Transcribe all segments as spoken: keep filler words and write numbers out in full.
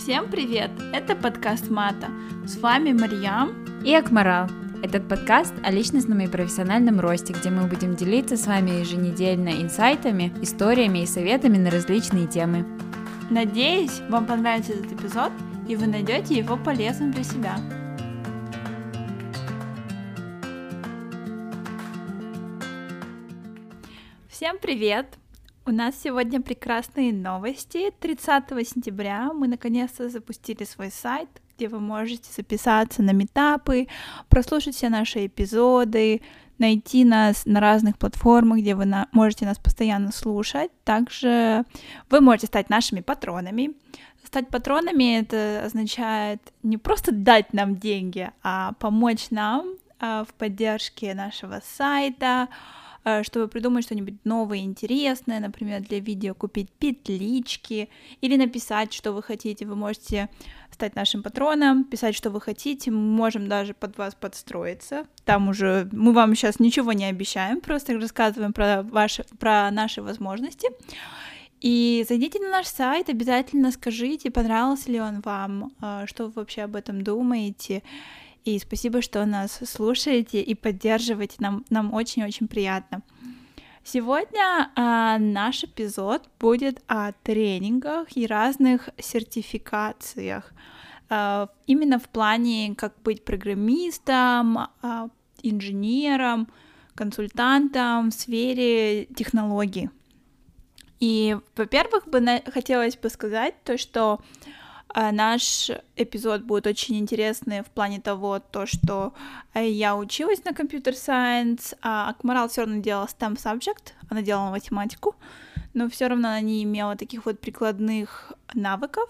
Всем привет! Это подкаст Мата. С вами Марьям и Акмарал. Этот подкаст о личностном и профессиональном росте, где мы будем делиться с вами еженедельно инсайтами, историями и советами на различные темы. Надеюсь, вам понравится этот эпизод, и вы найдете его полезным для себя. Всем привет! У нас сегодня прекрасные новости. тридцатого сентября мы наконец-то запустили свой сайт, где вы можете записаться на митапы, прослушать все наши эпизоды, найти нас на разных платформах, где вы на... можете нас постоянно слушать. Также вы можете стать нашими патронами. Стать патронами — это означает не просто дать нам деньги, а помочь нам а, в поддержке нашего сайта, чтобы придумать что-нибудь новое, интересное, например, для видео купить петлички или написать, что вы хотите. Вы можете стать нашим патроном, писать, что вы хотите, мы можем даже под вас подстроиться. Там уже мы вам сейчас ничего не обещаем, просто рассказываем про, ваши, про наши возможности. И зайдите на наш сайт, обязательно скажите, понравился ли он вам, что вы вообще об этом думаете. И спасибо, что нас слушаете и поддерживаете, нам, нам очень-очень приятно. Сегодня а, наш эпизод будет о тренингах и разных сертификациях. А, именно в плане, как быть программистом, а, инженером, консультантом в сфере технологий. И, во-первых, бы на... хотелось бы сказать то, что наш эпизод будет очень интересный в плане того, то, что я училась на компьютер-сайенс, а Акмарал все равно делала STEM subject, она делала математику, но все равно она не имела таких вот прикладных навыков,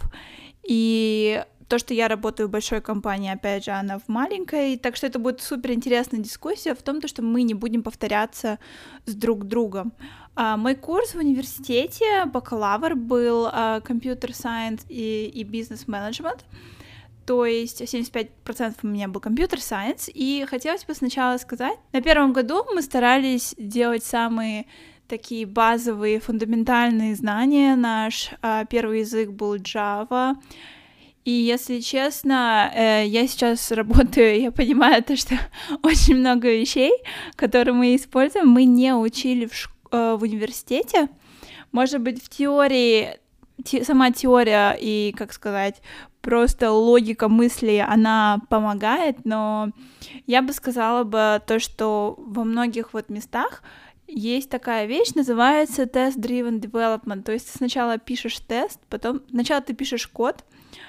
и то, что я работаю в большой компании, опять же, она в маленькой, так что это будет супер интересная дискуссия в том, что мы не будем повторяться с друг другом. Uh, мой курс в университете, бакалавр, был компьютер-сайенс uh, и, и бизнес-менеджмент, то есть семьдесят пять процентов у меня был компьютер-сайенс, и хотелось бы сначала сказать, на первом году мы старались делать самые такие базовые, фундаментальные знания, наш uh, первый язык был Java, и если честно, э, я сейчас работаю, я понимаю то, что очень много вещей, которые мы используем, мы не учили в школе, в университете. Может быть, в теории, те, сама теория и, как сказать, просто логика мысли, она помогает, но я бы сказала бы то, что во многих вот местах есть такая вещь, называется test-driven development, то есть ты сначала пишешь тест, потом сначала ты пишешь код,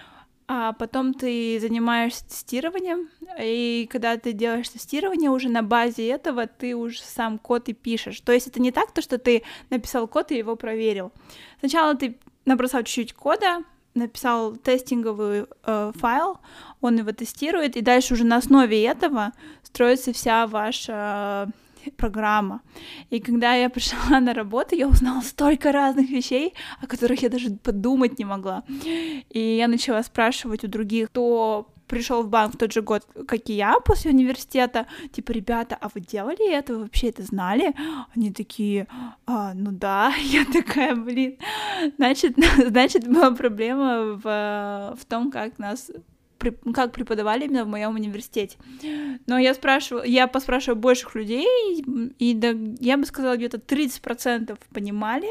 а потом ты занимаешься тестированием, и когда ты делаешь тестирование, уже на базе этого ты уже сам код и пишешь. То есть это не так, то, что ты написал код и его проверил. Сначала ты набросал чуть-чуть кода, написал тестинговый э, файл, он его тестирует, и дальше уже на основе этого строится вся ваша программа. И когда я пришла на работу, я узнала столько разных вещей, о которых я даже подумать не могла. И я начала спрашивать у других, кто пришел в банк в тот же год, как и я, после университета, типа, ребята, а вы делали это, вы вообще это знали? Они такие, а, ну да, я такая, блин, значит, значит, была проблема в, в том, как нас как преподавали именно в моем университете. Но я спрашиваю, я поспрашиваю больших людей, и да, я бы сказала, где-то тридцать процентов понимали,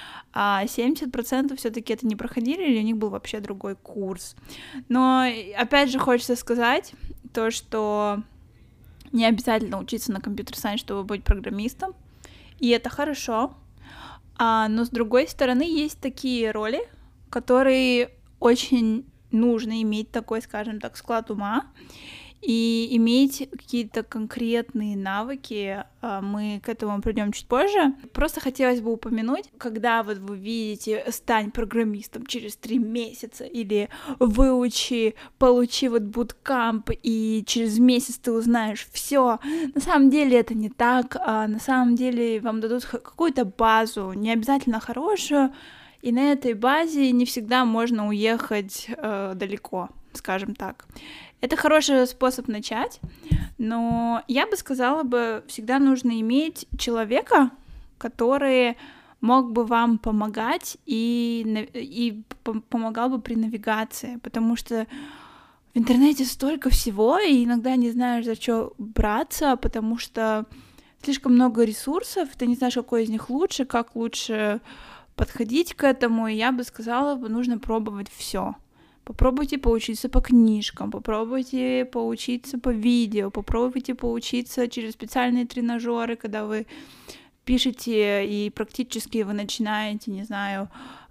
а семьдесят процентов все-таки это не проходили, или у них был вообще другой курс. Но опять же хочется сказать то, что не обязательно учиться на компьютер-сайенс, чтобы быть программистом, и это хорошо. А, но с другой стороны, есть такие роли, которые очень нужно иметь такой, скажем так, склад ума и иметь какие-то конкретные навыки. Мы к этому придем чуть позже. Просто хотелось бы упомянуть, когда вот вы видите «стань программистом через три месяца» или «выучи, получи вот буткамп, и через месяц ты узнаешь все». На самом деле это не так. На самом деле вам дадут какую-то базу, не обязательно хорошую, и на этой базе не всегда можно уехать э, далеко, скажем так. Это хороший способ начать, но я бы сказала бы, всегда нужно иметь человека, который мог бы вам помогать и, и помогал бы при навигации, потому что в интернете столько всего, и иногда не знаешь, за что браться, потому что слишком много ресурсов, ты не знаешь, какой из них лучше, как лучше подходить к этому, и я бы сказала, нужно пробовать все. Попробуйте поучиться по книжкам, попробуйте поучиться по видео, попробуйте поучиться через специальные тренажеры, когда вы пишете и практически вы начинаете, не знаю,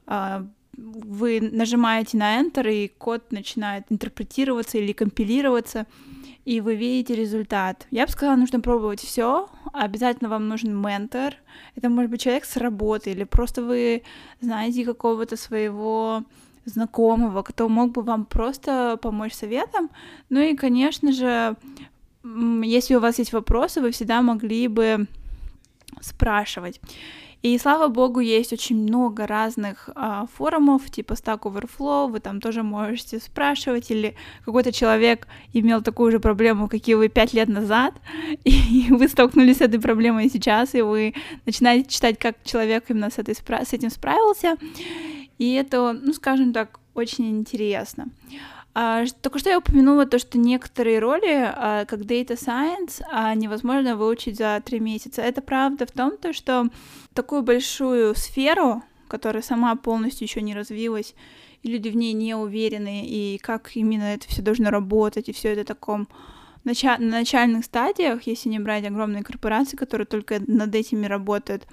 вы нажимаете на Enter, и код начинает интерпретироваться или компилироваться, и вы видите результат. Я бы сказала, нужно пробовать все. Обязательно вам нужен ментор. Это может быть человек с работы, или просто вы знаете какого-то своего знакомого, кто мог бы вам просто помочь советом. Ну и, конечно же, если у вас есть вопросы, вы всегда могли бы спрашивать. И, слава богу, есть очень много разных а, форумов, типа Stack Overflow, вы там тоже можете спрашивать, или какой-то человек имел такую же проблему, как и вы пять лет назад, и вы столкнулись с этой проблемой сейчас, и вы начинаете читать, как человек именно с, этой, с этим справился, и это, ну, скажем так, очень интересно. А, только что я упомянула то, что некоторые роли, а, как Data Science, а, невозможно выучить за три месяца. Это правда в том, то, что такую большую сферу, которая сама полностью еще не развилась, и люди в ней не уверены, и как именно это все должно работать, и все это в таком нача- на начальных стадиях, если не брать огромные корпорации, которые только над этими работают,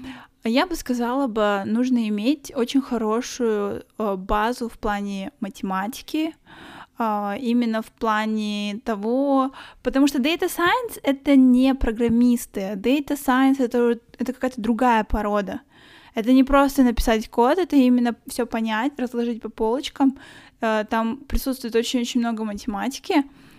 я бы сказала бы, нужно иметь очень хорошую э, базу в плане математики, э, именно в плане того, потому что Data Science — это не программисты, Data Science — это, это какая-то другая порода. Это не просто написать код, это именно все понять, разложить по полочкам, э, там присутствует очень-очень много математики,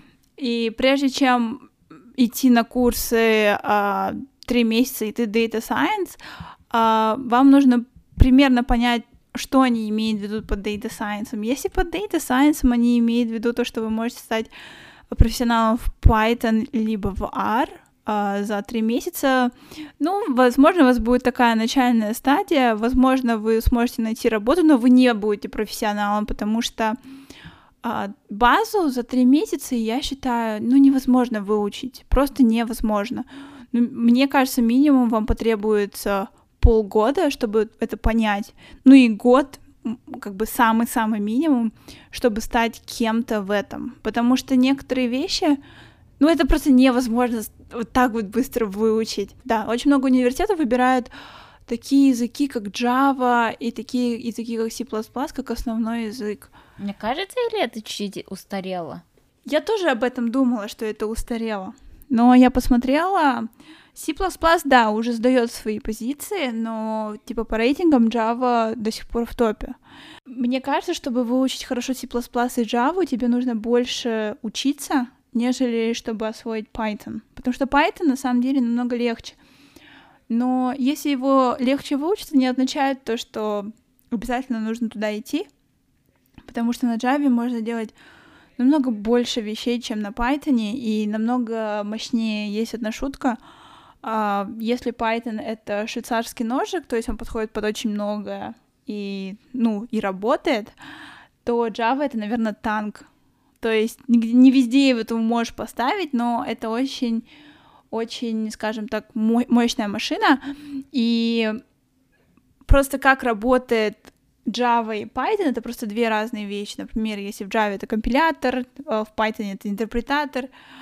и прежде чем идти на курсы э, три месяца, и ты Data Science, Uh, вам нужно примерно понять, что они имеют в виду под Data Science. Если под Data Science они имеют в виду то, что вы можете стать профессионалом в Python либо в R uh, за три месяца, ну, возможно, у вас будет такая начальная стадия, возможно, вы сможете найти работу, но вы не будете профессионалом, потому что uh, базу за три месяца, я считаю, ну, невозможно выучить, просто невозможно. Мне кажется, минимум вам потребуется полгода, чтобы это понять, ну и год, как бы самый-самый минимум, чтобы стать кем-то в этом, потому что некоторые вещи, ну это просто невозможно вот так вот быстро выучить. Да, очень много университетов выбирают такие языки, как Java, и такие языки, как C++, как основной язык. Мне кажется, или это чуть-чуть устарело? Я тоже об этом думала, что это устарело, но я посмотрела... C++, да, уже сдаёт свои позиции, но типа по рейтингам Java до сих пор в топе. Мне кажется, чтобы выучить хорошо C++ и Java, тебе нужно больше учиться, нежели чтобы освоить Python. Потому что Python на самом деле намного легче. Но если его легче выучиться, не означает то, что обязательно нужно туда идти, потому что на Java можно делать намного больше вещей, чем на Python, и намного мощнее. Есть одна шутка. Uh, если Python — это швейцарский ножик, то есть он подходит под очень многое и, ну, и работает, то Java — это, наверное, танк. То есть не везде его ты можешь поставить, но это очень, очень, скажем так, мощная машина. И просто как работает Java и Python — это просто две разные вещи. Например, если в Java это компилятор, в Python это интерпретатор,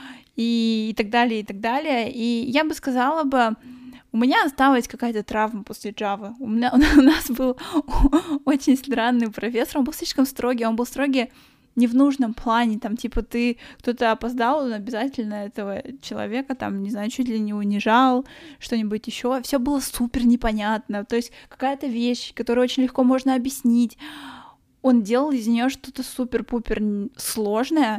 и, и так далее, и так далее. И я бы сказала бы, у меня осталась какая-то травма после Java. У, меня, у нас был очень странный профессор, он был слишком строгий, он был строгий не в нужном плане, там, типа, ты, кто-то опоздал, он обязательно этого человека, там, не знаю, чуть ли не унижал, что-нибудь еще. Все было супер непонятно, то есть какая-то вещь, которую очень легко можно объяснить, он делал из нее что-то супер-пупер сложное,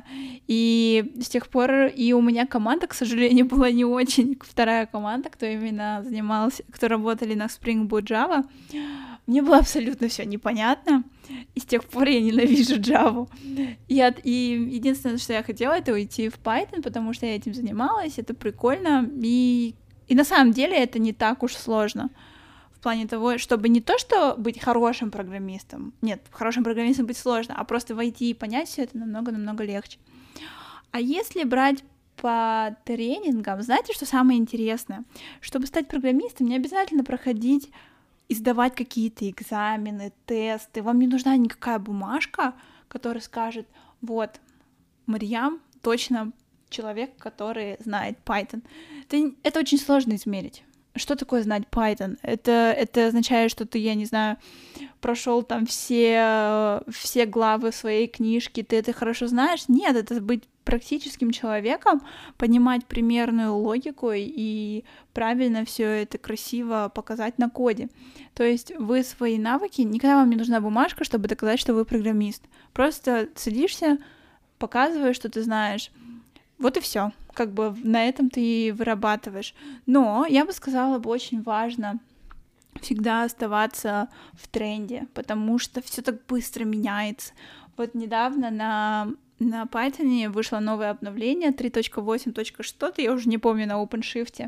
и с тех пор и у меня команда, к сожалению, была не очень. Вторая команда, кто именно занимался, кто работали на Spring Boot Java, мне было абсолютно все непонятно, и с тех пор я ненавижу Java. И, от, и единственное, что я хотела, это уйти в Python, потому что я этим занималась, это прикольно, и, и на самом деле это не так уж сложно. В плане того, чтобы не то, что быть хорошим программистом, нет, хорошим программистом быть сложно, а просто войти и понять все это намного-намного легче. А если брать по тренингам, знаете, что самое интересное? Чтобы стать программистом, не обязательно проходить и сдавать какие-то экзамены, тесты, вам не нужна никакая бумажка, которая скажет, вот, Марьям точно человек, который знает Python. Это, это очень сложно измерить. Что такое знать Python? Это, это означает, что ты, я не знаю, прошел там все, все главы своей книжки, ты это хорошо знаешь? Нет, это быть практическим человеком, понимать примерную логику и правильно все это красиво показать на коде. То есть вы свои навыки, никогда вам не нужна бумажка, чтобы доказать, что вы программист. Просто садишься, показываешь, что ты знаешь. Вот и все. Как бы на этом ты и вырабатываешь. Но я бы сказала, бы очень важно всегда оставаться в тренде, потому что все так быстро меняется. Вот недавно на, на Python вышло новое обновление три точка восемь. Что-то, я уже не помню, на OpenShift.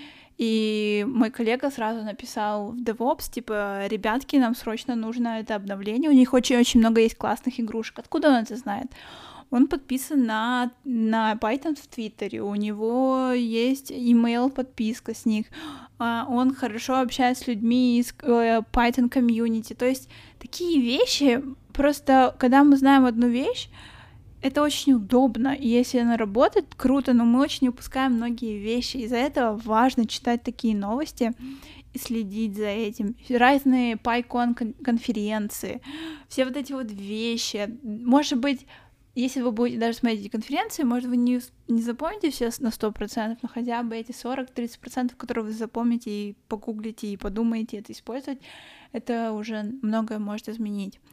И мой коллега сразу написал в DevOps, типа, ребятки, нам срочно нужно это обновление, у них очень-очень много есть классных игрушек. Откуда он это знает? Он подписан на, на Python в Твиттере, у него есть email подписка с них, он хорошо общается с людьми из Python комьюнити. То есть такие вещи, просто когда мы знаем одну вещь, это очень удобно, и если она работает, круто, но мы очень упускаем многие вещи, из-за этого важно читать такие новости и следить за этим. Разные PyCon конференции, все вот эти вот вещи, может быть, если вы будете даже смотреть эти конференции, может, вы не, не запомните все на сто процентов, но хотя бы эти сорок-тридцать процентов, которые вы запомните и погуглите, и подумаете это использовать, это уже многое может изменить.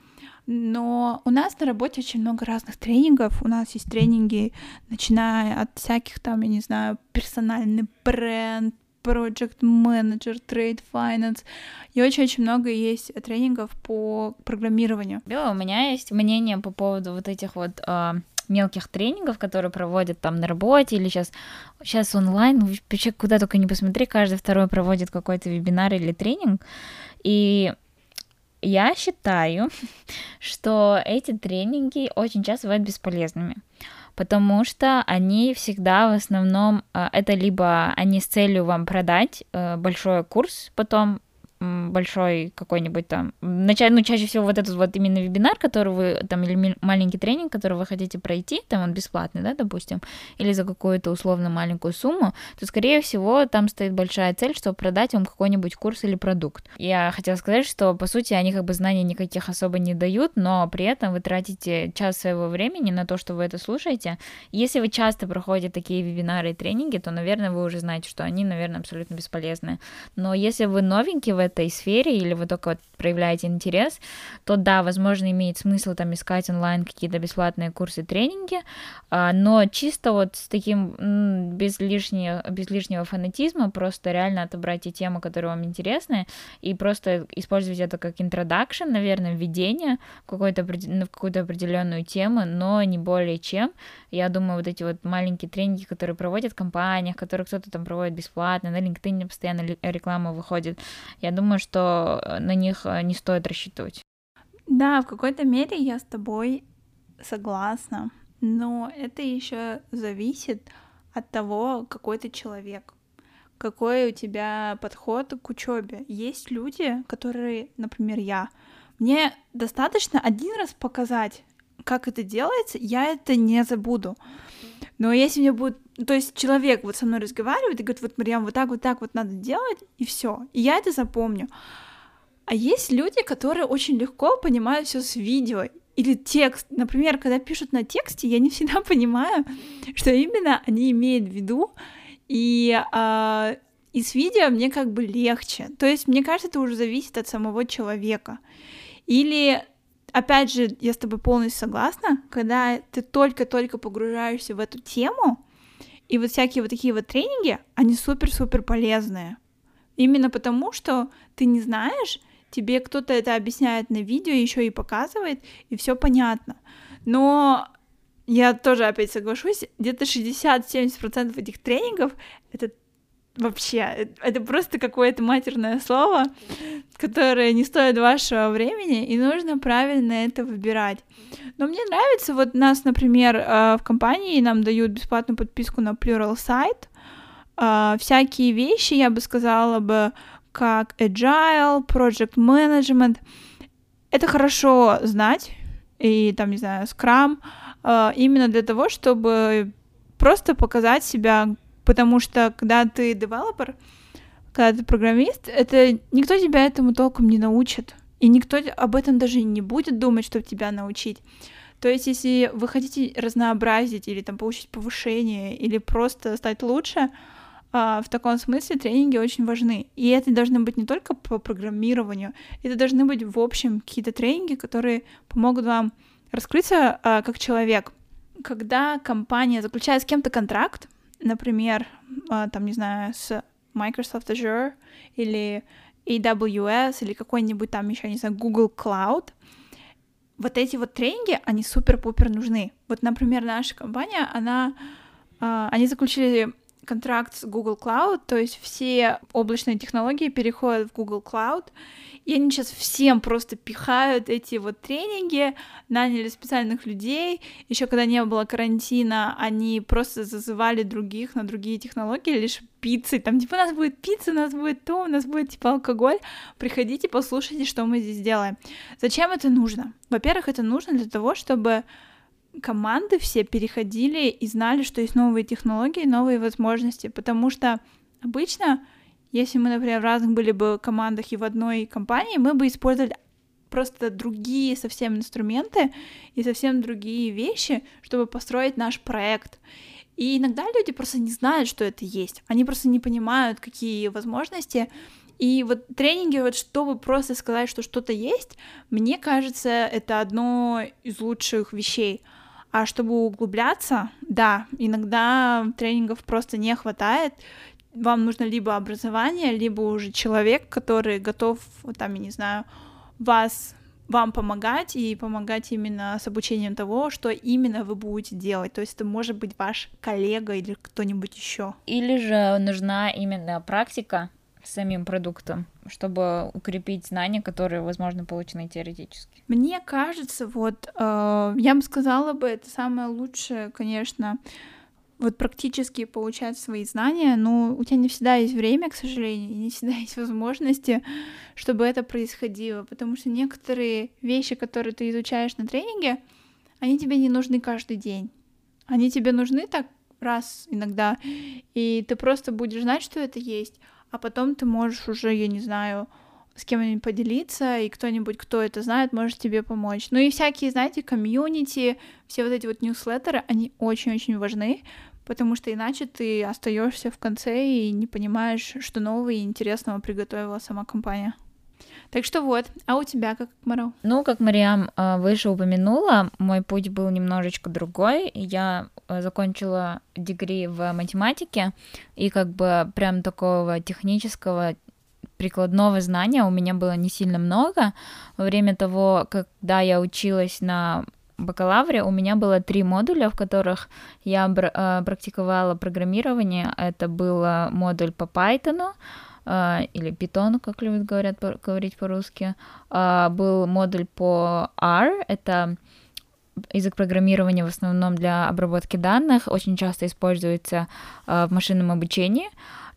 Но у нас на работе очень много разных тренингов. У нас есть тренинги, начиная от всяких там, я не знаю, персональный бренд, Project Manager, Trade Finance. И очень-очень много есть тренингов по программированию. Да, у меня есть мнение по поводу вот этих вот э, мелких тренингов, которые проводят там на работе или сейчас, сейчас онлайн. Вообще куда только не посмотри, каждый второй проводит какой-то вебинар или тренинг. И я считаю, что эти тренинги очень часто бывают бесполезными, потому что они всегда в основном, это либо они с целью вам продать большой курс, потом большой какой-нибудь там, начать, ну, чаще всего вот этот вот именно вебинар, который вы, там, или маленький тренинг, который вы хотите пройти, там он бесплатный, да, допустим, или за какую-то условно маленькую сумму, то, скорее всего, там стоит большая цель, чтобы продать вам какой-нибудь курс или продукт. Я хотела сказать, что, по сути, они как бы знаний никаких особо не дают, но при этом вы тратите час своего времени на то, что вы это слушаете. Если вы часто проходите такие вебинары и тренинги, то, наверное, вы уже знаете, что они, наверное, абсолютно бесполезны. Но если вы новенький в этой сфере, или вы только вот проявляете интерес, то да, возможно, имеет смысл там искать онлайн какие-то бесплатные курсы, тренинги, но чисто вот с таким, без лишнего, без лишнего фанатизма, просто реально отобрать те темы, которые вам интересны, и просто использовать это как introduction, наверное, введение в, какой-то, в какую-то определенную тему, но не более чем. Я думаю, вот эти вот маленькие тренинги, которые проводят в компаниях, которые кто-то там проводит бесплатно, на LinkedIn постоянно реклама выходит, я думаю, что на них не стоит рассчитывать. Да, в какой-то мере я с тобой согласна, но это еще зависит от того, какой ты человек, какой у тебя подход к учебе. Есть люди, которые, например, я, мне достаточно один раз показать, как это делается, я это не забуду. Но если мне будет, то есть человек вот со мной разговаривает и говорит, вот, Марьям, вот так, вот так вот надо делать, и все, и я это запомню. А есть люди, которые очень легко понимают все с видео или текст. Например, когда пишут на тексте, я не всегда понимаю, что именно они имеют в виду, и, а, и с видео мне как бы легче. То есть, мне кажется, это уже зависит от самого человека. Или, опять же, я с тобой полностью согласна, когда ты только-только погружаешься в эту тему, и вот всякие вот такие вот тренинги, они супер-супер полезные. Именно потому, что ты не знаешь, тебе кто-то это объясняет на видео, еще и показывает, и все понятно. Но я тоже опять соглашусь, где-то шестьдесят-семьдесят процентов этих тренингов — это вообще, это просто какое-то матерное слово, которое не стоит вашего времени, и нужно правильно это выбирать. Но мне нравится, вот нас, например, в компании нам дают бесплатную подписку на Pluralsight, всякие вещи, я бы сказала бы, как Agile, Project Management, это хорошо знать, и там, не знаю, Scrum, именно для того, чтобы просто показать себя, потому что когда ты девелопер, когда ты программист, это никто тебя этому толком не научит, и никто об этом даже не будет думать, чтобы тебя научить. То есть, если вы хотите разнообразить или там получить повышение, или просто стать лучше, в таком смысле тренинги очень важны. И это должны быть не только по программированию, это должны быть в общем какие-то тренинги, которые помогут вам раскрыться как человек. Когда компания заключает с кем-то контракт, например, там, не знаю, с Microsoft Azure или эй дабл ю эс или какой-нибудь там еще, не знаю, Google Cloud, вот эти вот тренинги, они супер-пупер нужны. Вот, например, наша компания, она, они заключили контракт с Google Cloud, то есть все облачные технологии переходят в Google Cloud, и они сейчас всем просто пихают эти вот тренинги, наняли специальных людей, еще когда не было карантина, они просто зазывали других на другие технологии, лишь пиццы, там типа у нас будет пицца, у нас будет то, у нас будет типа алкоголь, приходите, послушайте, что мы здесь делаем. Зачем это нужно? Во-первых, это нужно для того, чтобы команды все переходили и знали, что есть новые технологии, новые возможности, потому что обычно, если мы, например, в разных были бы командах и в одной компании, мы бы использовали просто другие совсем инструменты и совсем другие вещи, чтобы построить наш проект. И иногда люди просто не знают, что это есть, они просто не понимают, какие возможности. И вот тренинги, вот чтобы просто сказать, что что-то есть, мне кажется, это одно из лучших вещей. А чтобы углубляться, да, иногда тренингов просто не хватает. Вам нужно либо образование, либо уже человек, который готов, там, я не знаю, вас, вам помогать и помогать именно с обучением того, что именно вы будете делать. То есть это может быть ваш коллега или кто-нибудь еще. Или же нужна именно практика с самим продуктом, чтобы укрепить знания, которые, возможно, получены теоретически. Мне кажется, вот э, я бы сказала бы, это самое лучшее, конечно, вот практически получать свои знания, но у тебя не всегда есть время, к сожалению, и не всегда есть возможности, чтобы это происходило, потому что некоторые вещи, которые ты изучаешь на тренинге, они тебе не нужны каждый день. Они тебе нужны так раз иногда, и ты просто будешь знать, что это есть, а потом ты можешь уже, я не знаю, с кем-нибудь поделиться, и кто-нибудь, кто это знает, может тебе помочь. Ну и всякие, знаете, комьюнити, все вот эти вот ньюслеттеры, они очень-очень важны, потому что иначе ты остаешься в конце и не понимаешь, что нового и интересного приготовила сама компания. Так что вот, а у тебя как, Марал? Ну, как Мариам выше упомянула, мой путь был немножечко другой. Я закончила дегри в математике, и как бы прям такого технического прикладного знания у меня было не сильно много. Во время того, когда я училась на бакалавре, у меня было три модуля, в которых я практиковала программирование. Это был модуль по Python, или Python, как любят говорят, говорить по-русски. Был модуль по R, это язык программирования в основном для обработки данных, очень часто используется в машинном обучении.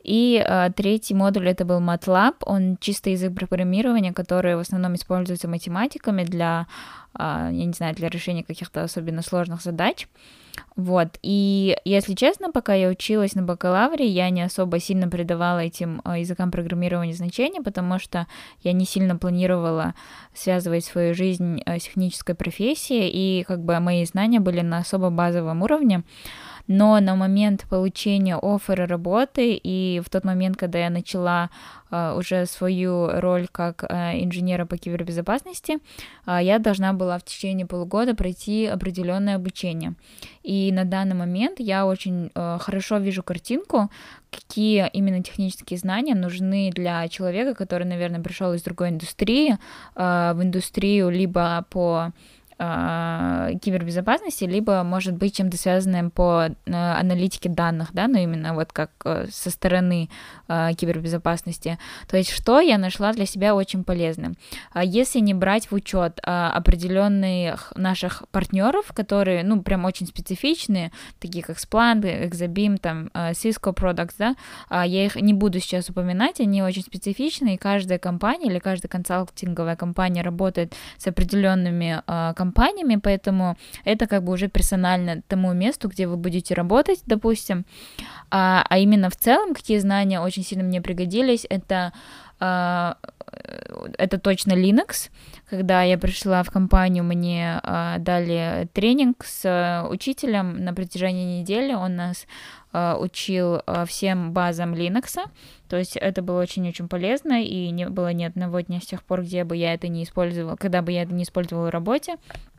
И uh, третий модуль — это был MATLAB, он чисто язык программирования, который в основном используется математиками для, uh, я не знаю, для решения каких-то особенно сложных задач. Вот, и если честно, пока я училась на бакалавре, я не особо сильно придавала этим uh, языкам программирования значения, потому что я не сильно планировала связывать свою жизнь uh, с технической профессией, и как бы мои знания были на особо базовом уровне. Но на момент получения оффера работы и в тот момент, когда я начала uh, уже свою роль как uh, инженера по кибербезопасности, uh, я должна была в течение полугода пройти определенное обучение. И на данный момент я очень uh, хорошо вижу картинку, какие именно технические знания нужны для человека, который, наверное, пришел из другой индустрии, uh, в индустрию либо по э, кибербезопасности, либо, может быть, чем-то связанным по э, аналитике данных, да, ну, именно вот как э, со стороны э, кибербезопасности. То есть, что я нашла для себя очень полезным. Если не брать в учет э, определенных наших партнеров, которые, ну, прям очень специфичные, такие как Splunk, Exabeam, там, э, Cisco Products, да, э, я их не буду сейчас упоминать, они очень специфичны, и каждая компания или каждая консалтинговая компания работает с определенными э, компаниями, поэтому это как бы уже персонально тому месту, где вы будете работать, допустим, а, а именно в целом, какие знания очень сильно мне пригодились, это э, это точно Linux. Когда я пришла в компанию, мне э, дали тренинг с э, учителем на протяжении недели, он нас э, учил э, всем базам Linux, то есть это было очень-очень полезно, и не было ни одного дня с тех пор, где бы я это не использовала, когда бы я это не использовала в работе.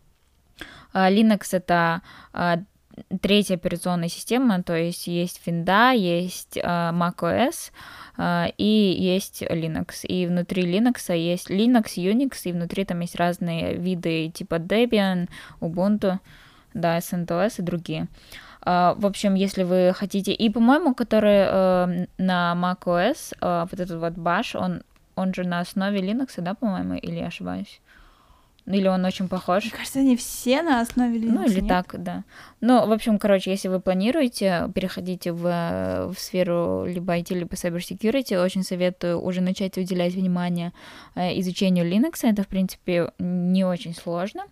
Э, Linux — это э, третья операционная система, то есть есть Винда, есть э, macOS, и есть Linux, и внутри Linux есть Linux, Unix, и внутри там есть разные виды типа Debian, Ubuntu, да, эс эн ти о эс и другие. В общем, если вы хотите, и, по-моему, который на macOS, вот этот вот Bash, он, он же на основе Linux, да, по-моему, или я ошибаюсь? Или он очень похож? Мне кажется, они все на основе Linux. Ну, или нет? так, да. Ну, в общем, короче, если вы планируете, переходите в, в сферу либо ай ти, либо cybersecurity, очень советую уже начать уделять внимание изучению Linux. Это, в принципе, не очень сложно.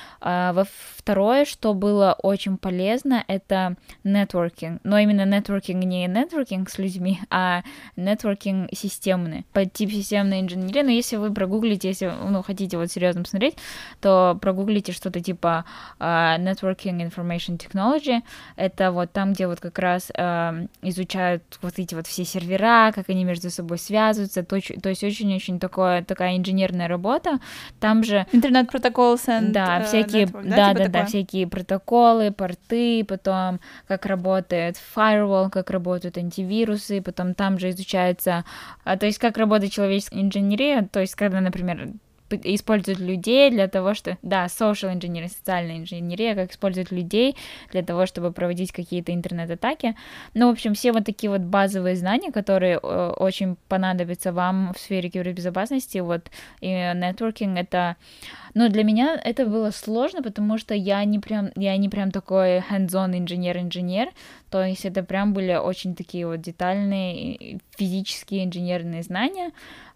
А во второе, что было очень полезно, это нетворкинг. Но именно нетворкинг не нетворкинг с людьми, а нетворкинг системный. По типу системной инженерии. Но если вы прогуглите, если ну, хотите вот серьезно посмотреть, то прогуглите что-то типа uh, Networking Information Technology. Это вот там, где вот как раз uh, изучают вот эти вот все сервера, как они между собой связываются. То, то есть очень-очень такое, такая инженерная работа. Там же... Internet Protocols and... Да, всякие Network, да, да, да, типа да, всякие протоколы, порты, потом как работает firewall, как работают антивирусы, потом там же изучается, а, то есть как работает человеческая инженерия, то есть когда, например, используют людей для того, что... Да, social engineering, социальная инженерия, как используют людей для того, чтобы проводить какие-то интернет-атаки. Ну, в общем, все вот такие вот базовые знания, которые э, очень понадобятся вам в сфере кибербезопасности, вот, и нетворкинг, это... Ну, для меня это было сложно, потому что я не прям, я не прям такой hands-on инженер-инженер, то есть это прям были очень такие вот детальные физические инженерные знания,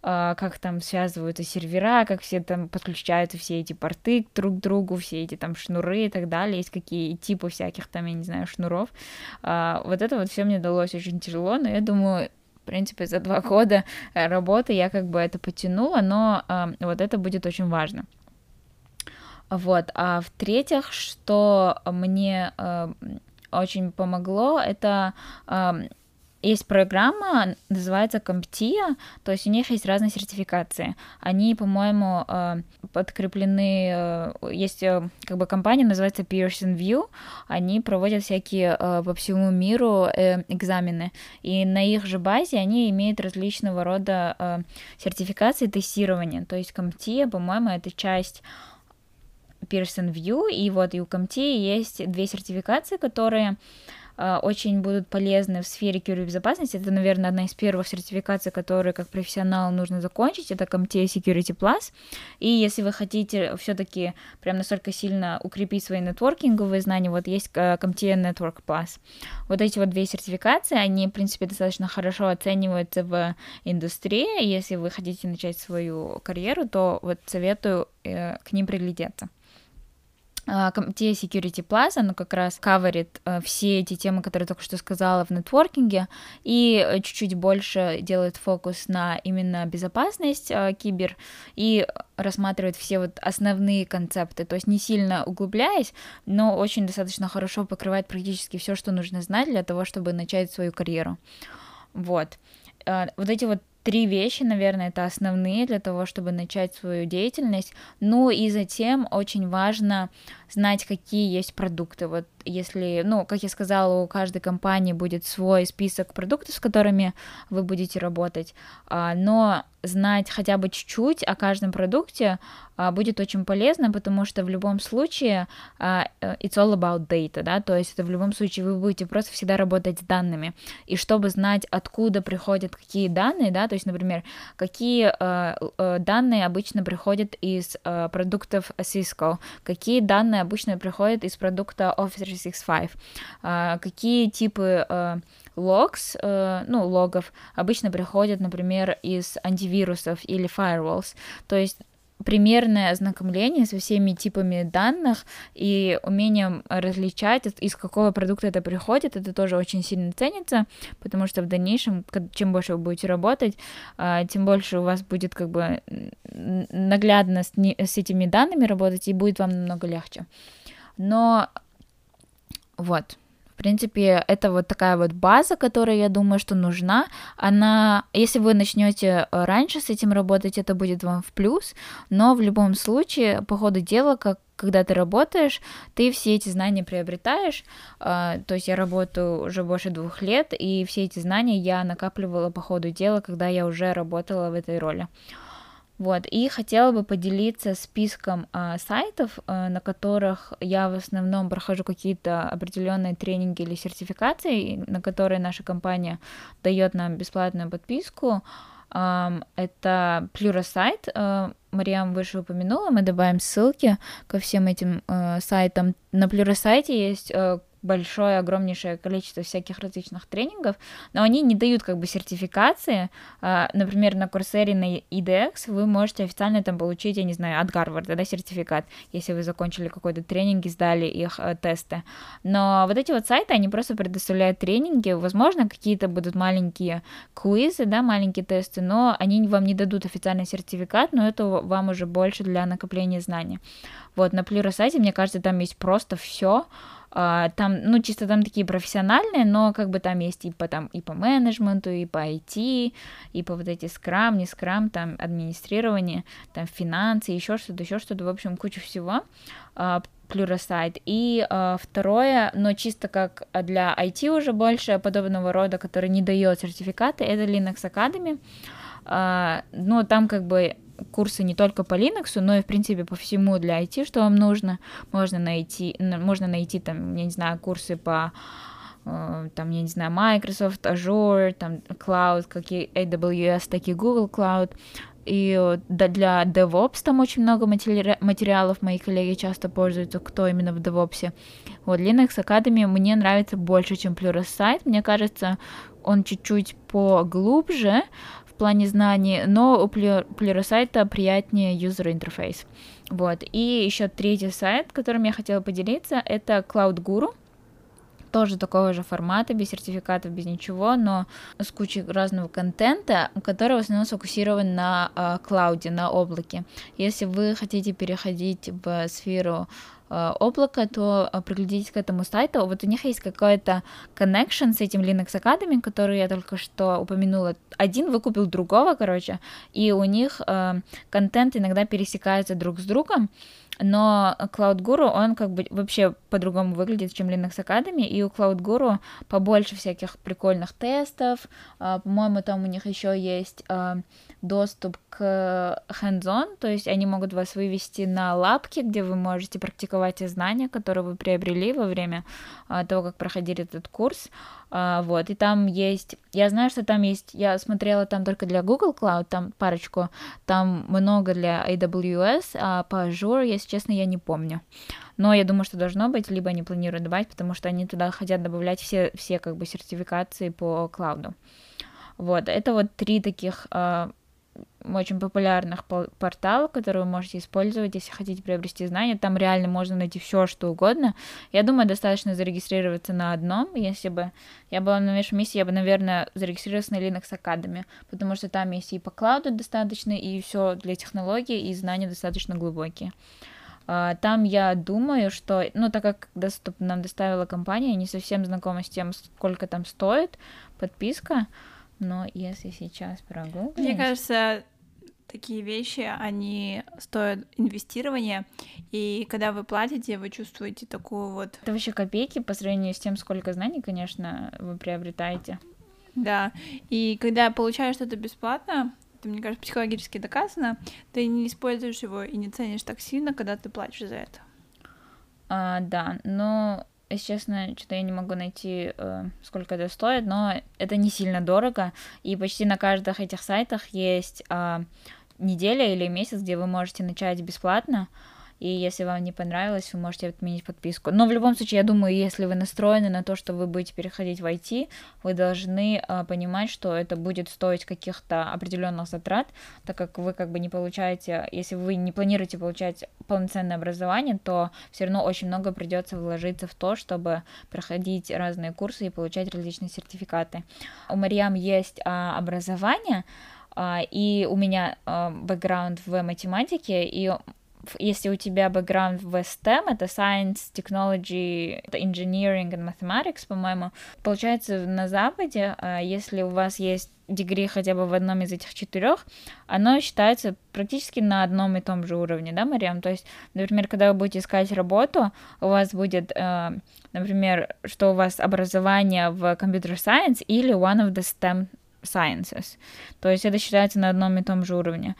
как там связываются сервера, как все там подключаются все эти порты друг к другу, все эти там шнуры и так далее, есть какие типы всяких там, я не знаю, шнуров. Вот это вот все мне далось очень тяжело, но я думаю, в принципе, за два года работы я как бы это потянула, но вот это будет очень важно. Вот, а в-третьих, что мне э, очень помогло, это э, есть программа, называется CompTIA, то есть у них есть разные сертификации. Они, по-моему, э, подкреплены, э, есть э, как бы компания, называется Pearson View, они проводят всякие э, по всему миру э, экзамены, и на их же базе они имеют различного рода э, сертификации тестирования, то есть CompTIA, по-моему, это часть Pearson View, и вот и у CompTIA есть две сертификации, которые э, очень будут полезны в сфере кибербезопасности. Это, наверное, одна из первых сертификаций, которые как профессионалу нужно закончить, это CompTIA Security Plus, и если вы хотите все-таки прям настолько сильно укрепить свои нетворкинговые знания, вот есть CompTIA Network Plus. Вот эти вот две сертификации, они, в принципе, достаточно хорошо оцениваются в индустрии, если вы хотите начать свою карьеру, то вот советую э, к ним приглядеться. CompTIA Security Plus, оно как раз каверит uh, все эти темы, которые я только что сказала в нетворкинге, и чуть-чуть больше делает фокус на именно безопасность uh, кибер, и рассматривает все вот основные концепты, то есть не сильно углубляясь, но очень достаточно хорошо покрывает практически все, что нужно знать для того, чтобы начать свою карьеру. Вот. Uh, вот эти вот Три вещи, наверное, это основные для того, чтобы начать свою деятельность. Ну и затем очень важно знать, какие есть продукты. Вот если, ну, как я сказала, у каждой компании будет свой список продуктов, с которыми вы будете работать, но знать хотя бы чуть-чуть о каждом продукте будет очень полезно, потому что в любом случае it's all about data, да, то есть это в любом случае вы будете просто всегда работать с данными, и чтобы знать, откуда приходят какие данные, да, то есть, например, какие данные обычно приходят из продуктов Cisco, какие данные обычно приходят из продукта Office триста шестьдесят пять, какие типы логс, ну, логов обычно приходят, например, из антивирусов или firewalls, то есть примерное ознакомление со всеми типами данных и умением различать, из какого продукта это приходит, это тоже очень сильно ценится, потому что в дальнейшем, чем больше вы будете работать, тем больше у вас будет как бы наглядно с, с этими данными работать, и будет вам намного легче. Но вот. В принципе, это вот такая вот база, которая, я думаю, что нужна. Она, если вы начнете раньше с этим работать, это будет вам в плюс, но в любом случае, по ходу дела, как когда ты работаешь, ты все эти знания приобретаешь, то есть я работаю уже больше двух лет, и все эти знания я накапливала по ходу дела, когда я уже работала в этой роли. Вот, и хотела бы поделиться списком а, сайтов, а, на которых я в основном прохожу какие-то определенные тренинги или сертификации, на которые наша компания дает нам бесплатную подписку. А, это Pluralsight, а, Мариам выше упомянула, мы добавим ссылки ко всем этим а, сайтам. На Pluralsight есть а, большое, огромнейшее количество всяких различных тренингов, но они не дают как бы сертификации. Например, на Coursera, на и ди экс вы можете официально там получить, я не знаю, от Гарварда, да, сертификат, если вы закончили какой-то тренинг и сдали их э, тесты. Но вот эти вот сайты, они просто предоставляют тренинги, возможно, какие-то будут маленькие квизы, да, маленькие тесты, но они вам не дадут официальный сертификат, но это вам уже больше для накопления знаний. Вот, на Pluralsight, мне кажется, там есть просто все. Uh, там, ну, чисто там такие профессиональные, но как бы там есть и по, там, и по менеджменту, и по ай ти, и по вот эти скрам, не скрам, там, администрирование, там, финансы, еще что-то, еще что-то, в общем, куча всего, uh, Pluralsight. И uh, второе, но чисто как для ай ти уже больше подобного рода, который не дает сертификаты, это Linux Academy. Uh, ну, там как бы курсы не только по Linux, но и, в принципе, по всему для ай ти, что вам нужно. Можно найти, можно найти там, я не знаю, курсы по, там, я не знаю, Microsoft, Azure, там, Cloud, как и эй дабл ю эс, так и Google Cloud. И для DevOps там очень много матери- материалов, мои коллеги часто пользуются, кто именно в DevOps. Вот, Linux Academy мне нравится больше, чем Pluralsight. Мне кажется, он чуть-чуть поглубже в плане знаний, но у Pluralsight приятнее user интерфейс. Вот. И еще третий сайт, которым я хотела поделиться, это Cloud Guru. Тоже такого же формата, без сертификатов, без ничего, но с кучей разного контента, который в основном сфокусирован на э, клауде, на облаке. Если вы хотите переходить в сферу э, облака, то э, приглядитесь к этому сайту. Вот у них есть какой-то connection с этим Linux Academy, который я только что упомянула. Один выкупил другого, короче, и у них э, контент иногда пересекается друг с другом. Но Cloud Guru, он как бы вообще по-другому выглядит, чем Linux Academy, и у Cloud Guru побольше всяких прикольных тестов, по-моему, там у них еще есть доступ к hands-on, то есть они могут вас вывести на лабки, где вы можете практиковать те знания, которые вы приобрели во время того, как проходили этот курс. Вот, и там есть, я знаю, что там есть, я смотрела там только для Google Cloud, там парочку, там много для эй дабл ю эс, а по Azure, если честно, я не помню. Но я думаю, что должно быть, либо они планируют добавить, потому что они туда хотят добавлять все, все как бы сертификации по клауду. Вот, это вот три таких э, очень популярных портала, которые вы можете использовать, если хотите приобрести знания. Там реально можно найти все, что угодно. Я думаю, достаточно зарегистрироваться на одном. Если бы я была на вашем месте, я бы, наверное, зарегистрировалась на Linux Academy, потому что там есть и по клауду достаточно, и все для технологий, и знания достаточно глубокие. Там я думаю, что, ну, так как доступ нам доставила компания, я не совсем знакома с тем, сколько там стоит подписка, но если сейчас прогуглить... Мне кажется, такие вещи, они стоят инвестирования, и когда вы платите, вы чувствуете такую вот... Это вообще копейки по сравнению с тем, сколько знаний, конечно, вы приобретаете. Да, и когда получаешь что-то бесплатно, это, мне кажется, психологически доказано, ты не используешь его и не ценишь так сильно, когда ты платишь за это. А, да, но, если честно, что-то я не могу найти, э, сколько это стоит, но это не сильно дорого, и почти на каждых этих сайтах есть э, неделя или месяц, где вы можете начать бесплатно, и если вам не понравилось, вы можете отменить подписку. Но в любом случае, я думаю, если вы настроены на то, что вы будете переходить в ай ти, вы должны э, понимать, что это будет стоить каких-то определенных затрат, так как вы как бы не получаете, если вы не планируете получать полноценное образование, то все равно очень много придется вложиться в то, чтобы проходить разные курсы и получать различные сертификаты. У Марьям есть э, образование, э, и у меня э, бэкграунд в математике, и если у тебя бэкграунд в стэм, это Science, Technology, Engineering and Mathematics, по-моему, получается, на Западе, если у вас есть дегри хотя бы в одном из этих четырех, оно считается практически на одном и том же уровне, да, Марьям? То есть, например, когда вы будете искать работу, у вас будет, например, что у вас образование в Computer Science или one of the STEM Sciences. То есть это считается на одном и том же уровне.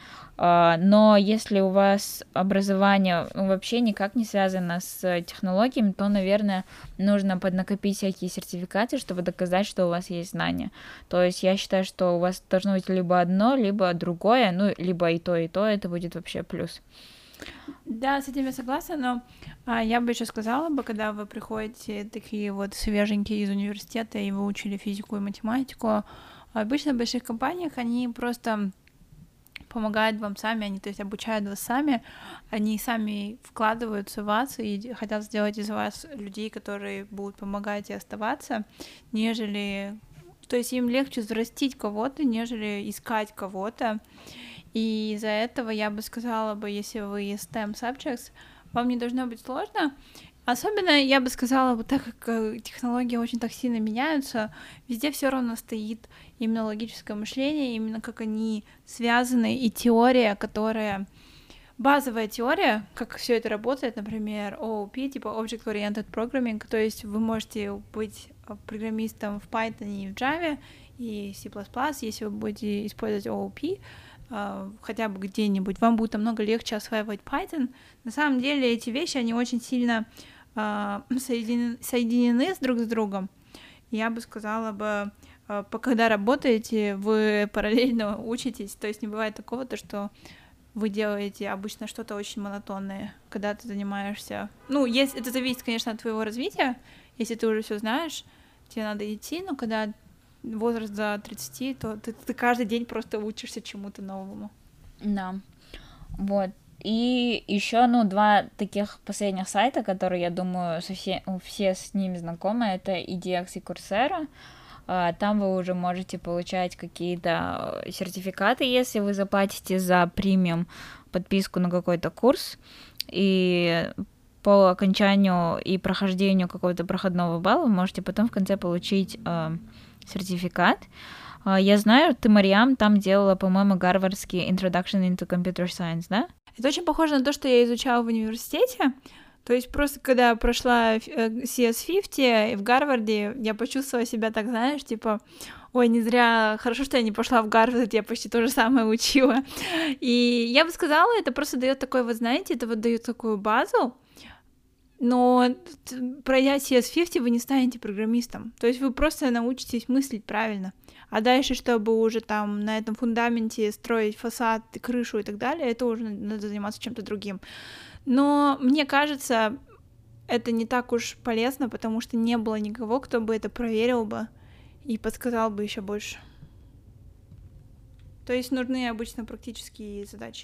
Но если у вас образование вообще никак не связано с технологиями, то, наверное, нужно поднакопить всякие сертификаты, чтобы доказать, что у вас есть знания. То есть я считаю, что у вас должно быть либо одно, либо другое, ну, либо и то, и то, это будет вообще плюс. Да, с этим я согласна, но а, я бы еще сказала бы, когда вы приходите такие вот свеженькие из университета, и вы учили физику и математику, обычно в больших компаниях они просто помогают вам сами, они, то есть, обучают вас сами, они сами вкладываются в вас и хотят сделать из вас людей, которые будут помогать и оставаться, нежели... То есть им легче взрастить кого-то, нежели искать кого-то. И из-за этого я бы сказала бы, если вы стэм subjects, вам не должно быть сложно. Особенно, я бы сказала, вот так как технологии очень так сильно меняются, везде все равно стоит именно логическое мышление, именно как они связаны, и теория, которая... Базовая теория, как все это работает, например, о о пи, типа Object Oriented Programming, то есть вы можете быть программистом в Python и в Java, и C++, если вы будете использовать о о пи, хотя бы где-нибудь, вам будет намного легче осваивать Python. На самом деле эти вещи, они очень сильно uh, соединены, соединены с друг с другом. Я бы сказала бы, uh, когда работаете, вы параллельно учитесь, то есть не бывает такого, то, что вы делаете обычно что-то очень монотонное, когда ты занимаешься... Ну, есть, это зависит, конечно, от твоего развития. Если ты уже все знаешь, тебе надо идти, но когда возраст за тридцать, то ты, ты каждый день просто учишься чему-то новому. Да, вот. И еще, ну, два таких последних сайта, которые, я думаю, все, все с ними знакомы, это и ди экс и Coursera. Там вы уже можете получать какие-то сертификаты, если вы заплатите за премиум подписку на какой-то курс, и по окончанию и прохождению какого-то проходного балла вы можете потом в конце получить э, сертификат. Я знаю, ты, Марьям, там делала, по-моему, гарвардский Introduction into Computer Science, да? Это очень похоже на то, что я изучала в университете. То есть просто когда прошла си эс пятьдесят в Гарварде, я почувствовала себя так, знаешь, типа, ой, не зря, хорошо, что я не пошла в Гарвард, я почти то же самое учила. И я бы сказала, это просто дает такой, вот знаете, это вот дает такую базу, но пройдя си эс пятьдесят, вы не станете программистом. То есть вы просто научитесь мыслить правильно. А дальше, чтобы уже там на этом фундаменте строить фасад, крышу и так далее, это уже надо заниматься чем-то другим. Но мне кажется, это не так уж полезно, потому что не было никого, кто бы это проверил бы и подсказал бы еще больше. То есть нужны обычно практические задачи.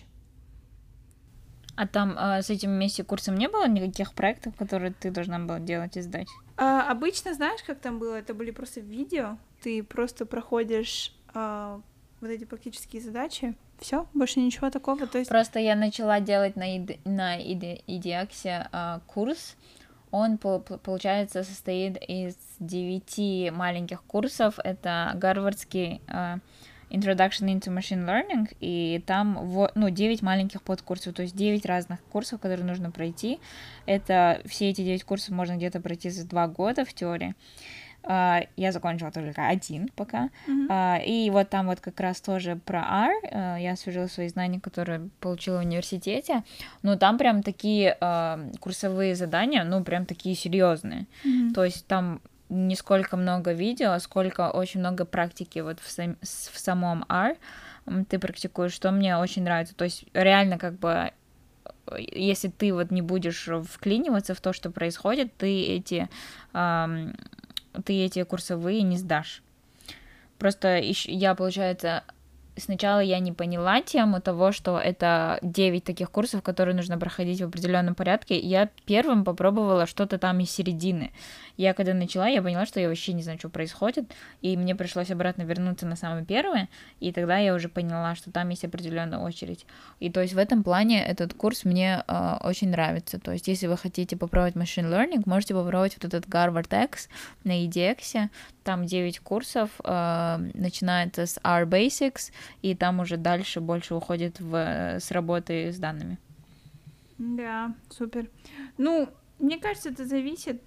А там э, с этим вместе курсом не было никаких проектов, которые ты должна была делать и сдать? А, обычно, знаешь, как там было? Это были просто видео. Ты просто проходишь а, вот эти практические задачи. Все, больше ничего такого. То есть... Просто я начала делать на, ид... на ид... идиаксе а, курс. Он, получается, состоит из девяти маленьких курсов. Это гарвардский а, Introduction into Machine Learning, и там во- ну, девять маленьких подкурсов, то есть девять разных курсов, которые нужно пройти. Это все эти девять курсов можно где-то пройти за два года в теории. Uh, я закончила только один пока. Mm-hmm. Uh, и вот там вот как раз тоже про R. Uh, я освежила свои знания, которые получила в университете. Ну, там прям такие uh, курсовые задания, ну, прям такие серьезные. Mm-hmm. То есть там не сколько много видео, сколько очень много практики вот в, сам, в самом R ты практикуешь, что мне очень нравится. То есть реально как бы если ты вот не будешь вклиниваться в то, что происходит, ты эти... Uh, ты эти курсовые не сдашь. Просто я, получается, сначала я не поняла тему того, что это девять таких курсов, которые нужно проходить в определенном порядке. Я первым попробовала что-то там из середины. Я когда начала, я поняла, что я вообще не знаю, что происходит, и мне пришлось обратно вернуться на самое первое, и тогда я уже поняла, что там есть определенная очередь. И то есть в этом плане этот курс мне э, очень нравится. То есть если вы хотите попробовать Machine Learning, можете попробовать вот этот Harvard X на и ди экс. Там девять курсов, э, начинается с R Basics, и там уже дальше больше уходит в, с работы с данными. Да, супер. Ну, мне кажется, это зависит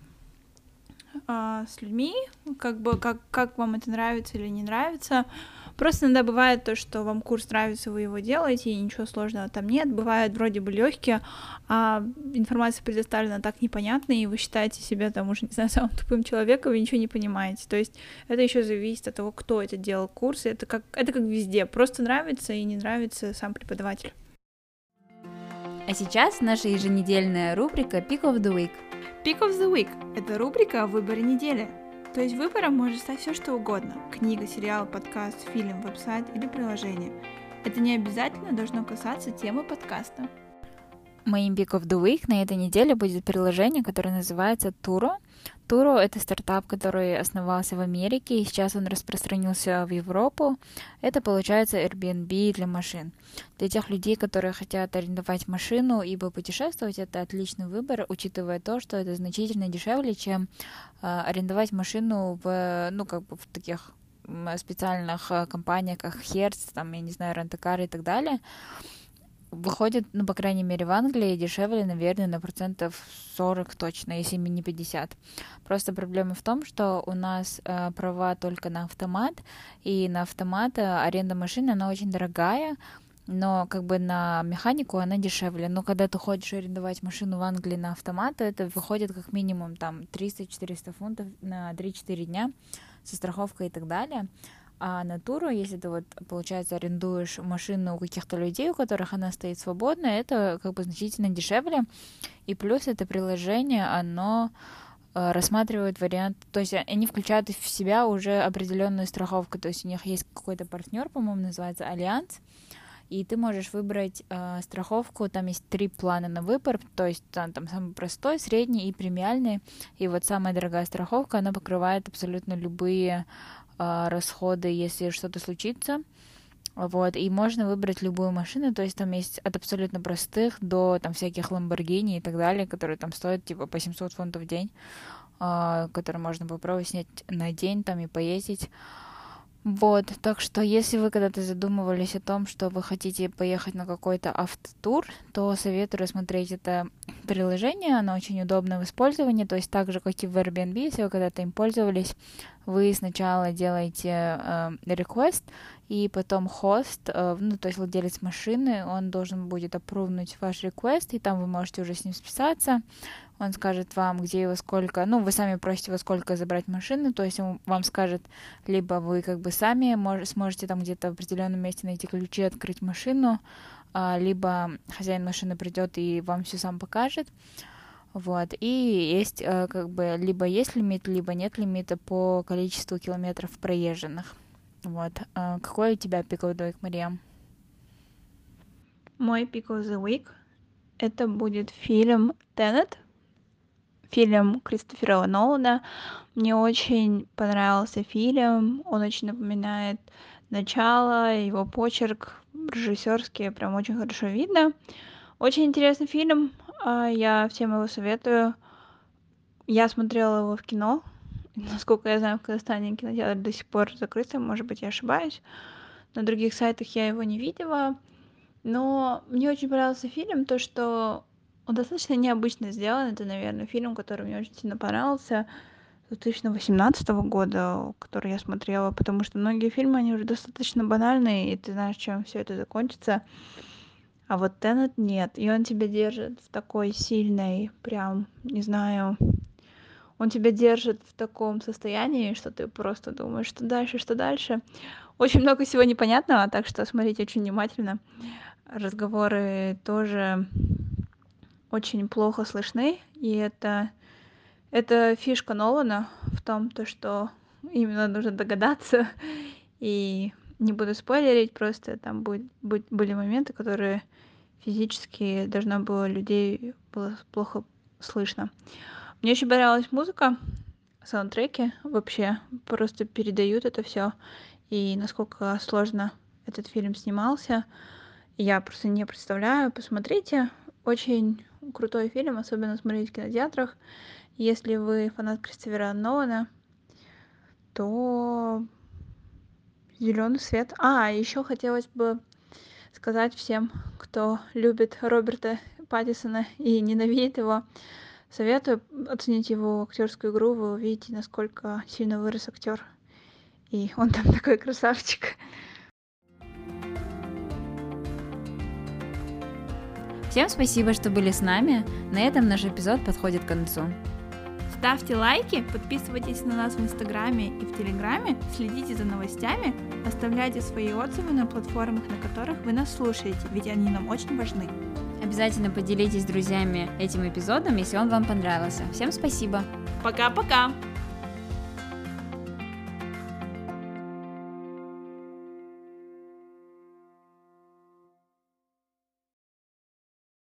а, с людьми, как бы как, как вам это нравится или не нравится. Просто иногда бывает то, что вам курс нравится, вы его делаете, и ничего сложного там нет. Бывает вроде бы легкие, а информация предоставлена так непонятно, и вы считаете себя там уже, не знаю, самым тупым человеком, и ничего не понимаете. То есть это еще зависит от того, кто это делал курс. Это как, это как везде. Просто нравится и не нравится сам преподаватель. А сейчас наша еженедельная рубрика Pick of the Week. Pick of the Week — это рубрика о выборе недели. То есть выбором может стать все что угодно. Книга, сериал, подкаст, фильм, веб-сайт или приложение. Это не обязательно должно касаться темы подкаста. Моим Pick of the Week на этой неделе будет приложение, которое называется Turo. Turo — это стартап, который основался в Америке, и сейчас он распространился в Европу. Это, получается, Airbnb для машин. Для тех людей, которые хотят арендовать машину и путешествовать, это отличный выбор, учитывая то, что это значительно дешевле, чем э, арендовать машину в, ну, как бы в таких специальных компаниях, как Hertz, там, я не знаю, Rent-A-Car и так далее. Выходит, ну, по крайней мере, в Англии дешевле, наверное, на процентов сорок точно, если не пятьдесят. Просто проблема в том, что у нас э, права только на автомат, и на автомат э, аренда машины, она очень дорогая, но как бы на механику она дешевле. Но когда ты хочешь арендовать машину в Англии на автомат, то это выходит как минимум там триста-четыреста фунтов на три-четыре дня со страховкой и так далее. А на Turo, если ты вот, получается, арендуешь машину у каких-то людей, у которых она стоит свободно, это как бы значительно дешевле. И плюс это приложение, оно э, рассматривает вариант, то есть они включают в себя уже определенную страховку, то есть у них есть какой-то партнер, по-моему, называется Альянс, и ты можешь выбрать э, страховку, там есть три плана на выбор, то есть там, там самый простой, средний и премиальный, и вот самая дорогая страховка, она покрывает абсолютно любые расходы, если что-то случится, вот, и можно выбрать любую машину, то есть там есть от абсолютно простых до там всяких Lamborghini и так далее, которые там стоят типа по семьсот фунтов в день, которые можно попробовать снять на день там и поездить. Вот, так что если вы когда-то задумывались о том, что вы хотите поехать на какой-то автотур, то советую рассмотреть это приложение, оно очень удобно в использовании, то есть так же, как и в Airbnb, если вы когда-то им пользовались, вы сначала делаете э, request, и потом хост, э, ну, то есть владелец машины, он должен будет аппрувнуть ваш request, и там вы можете уже с ним списаться, он скажет вам, где и во сколько, ну, вы сами просите во сколько забрать машину, то есть он вам скажет, либо вы как бы сами мож- сможете там где-то в определенном месте найти ключи, открыть машину, а, либо хозяин машины придет и вам все сам покажет, вот, и есть э, как бы, либо есть лимит, либо нет лимита по количеству километров проезженных, вот. А какой у тебя pick of the week, Мариам? Мой pick of the week — это будет фильм «Тенет», фильм Кристофера Нолана. Мне очень понравился фильм, он очень напоминает начало, его почерк режиссерский прям очень хорошо видно. Очень интересный фильм, я всем его советую. Я смотрела его в кино, насколько я знаю, в Казахстане кинотеатр до сих пор закрыт, может быть, я ошибаюсь, на других сайтах я его не видела. Но мне очень понравился фильм, то, что он достаточно необычно сделан. Это, наверное, фильм, который мне очень сильно понравился две тысячи восемнадцатого года, который я смотрела, потому что многие фильмы, они уже достаточно банальные, и ты знаешь, чем все это закончится. А вот Тенет нет. И он тебя держит в такой сильной, прям, не знаю, он тебя держит в таком состоянии, что ты просто думаешь, что дальше, что дальше. Очень много всего непонятного, так что смотрите очень внимательно. Разговоры тоже очень плохо слышны, и это, это фишка Нолана в том, то, что именно нужно догадаться, и не буду спойлерить, просто там будет, будет, были моменты, которые физически должно было людей было плохо слышно. Мне очень понравилась музыка, саундтреки вообще просто передают это все, и насколько сложно этот фильм снимался, я просто не представляю. Посмотрите, очень крутой фильм, особенно смотреть в кинотеатрах. Если вы фанат Кристофера Нолана, то зеленый свет. А, еще хотелось бы сказать всем, кто любит Роберта Паттинсона и ненавидит его, советую оценить его актерскую игру. Вы увидите, насколько сильно вырос актер. И он там такой красавчик. Всем спасибо, что были с нами. На этом наш эпизод подходит к концу. Ставьте лайки, подписывайтесь на нас в Инстаграме и в Телеграме, следите за новостями, оставляйте свои отзывы на платформах, на которых вы нас слушаете, ведь они нам очень важны. Обязательно поделитесь с друзьями этим эпизодом, если он вам понравился. Всем спасибо! Пока-пока!